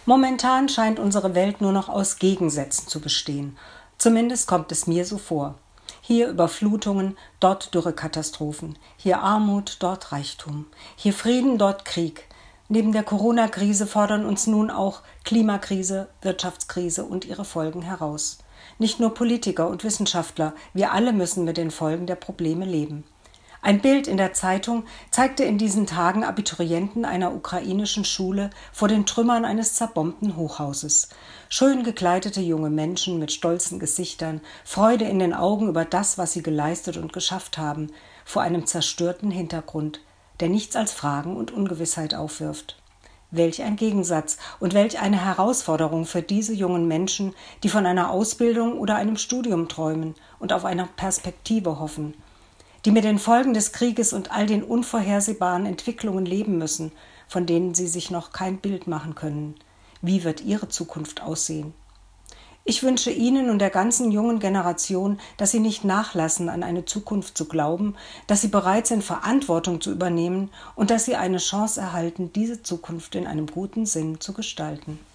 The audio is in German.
Momentan scheint unsere Welt nur noch aus Gegensätzen zu bestehen. Zumindest kommt es mir so vor. Hier Überflutungen, dort Dürrekatastrophen, hier Armut, dort Reichtum, hier Frieden, dort Krieg. Neben der Corona-Krise fordern uns nun auch Klimakrise, Wirtschaftskrise und ihre Folgen heraus. Nicht nur Politiker und Wissenschaftler, wir alle müssen mit den Folgen der Probleme leben. Ein Bild in der Zeitung zeigte in diesen Tagen Abiturienten einer ukrainischen Schule vor den Trümmern eines zerbombten Hochhauses. Schön gekleidete junge Menschen mit stolzen Gesichtern, Freude in den Augen über das, was sie geleistet und geschafft haben, vor einem zerstörten Hintergrund, der nichts als Fragen und Ungewissheit aufwirft. Welch ein Gegensatz und welch eine Herausforderung für diese jungen Menschen, die von einer Ausbildung oder einem Studium träumen und auf eine Perspektive hoffen, die mit den Folgen des Krieges und all den unvorhersehbaren Entwicklungen leben müssen, von denen sie sich noch kein Bild machen können. Wie wird ihre Zukunft aussehen? Ich wünsche Ihnen und der ganzen jungen Generation, dass Sie nicht nachlassen, an eine Zukunft zu glauben, dass Sie bereit sind, Verantwortung zu übernehmen und dass Sie eine Chance erhalten, diese Zukunft in einem guten Sinn zu gestalten.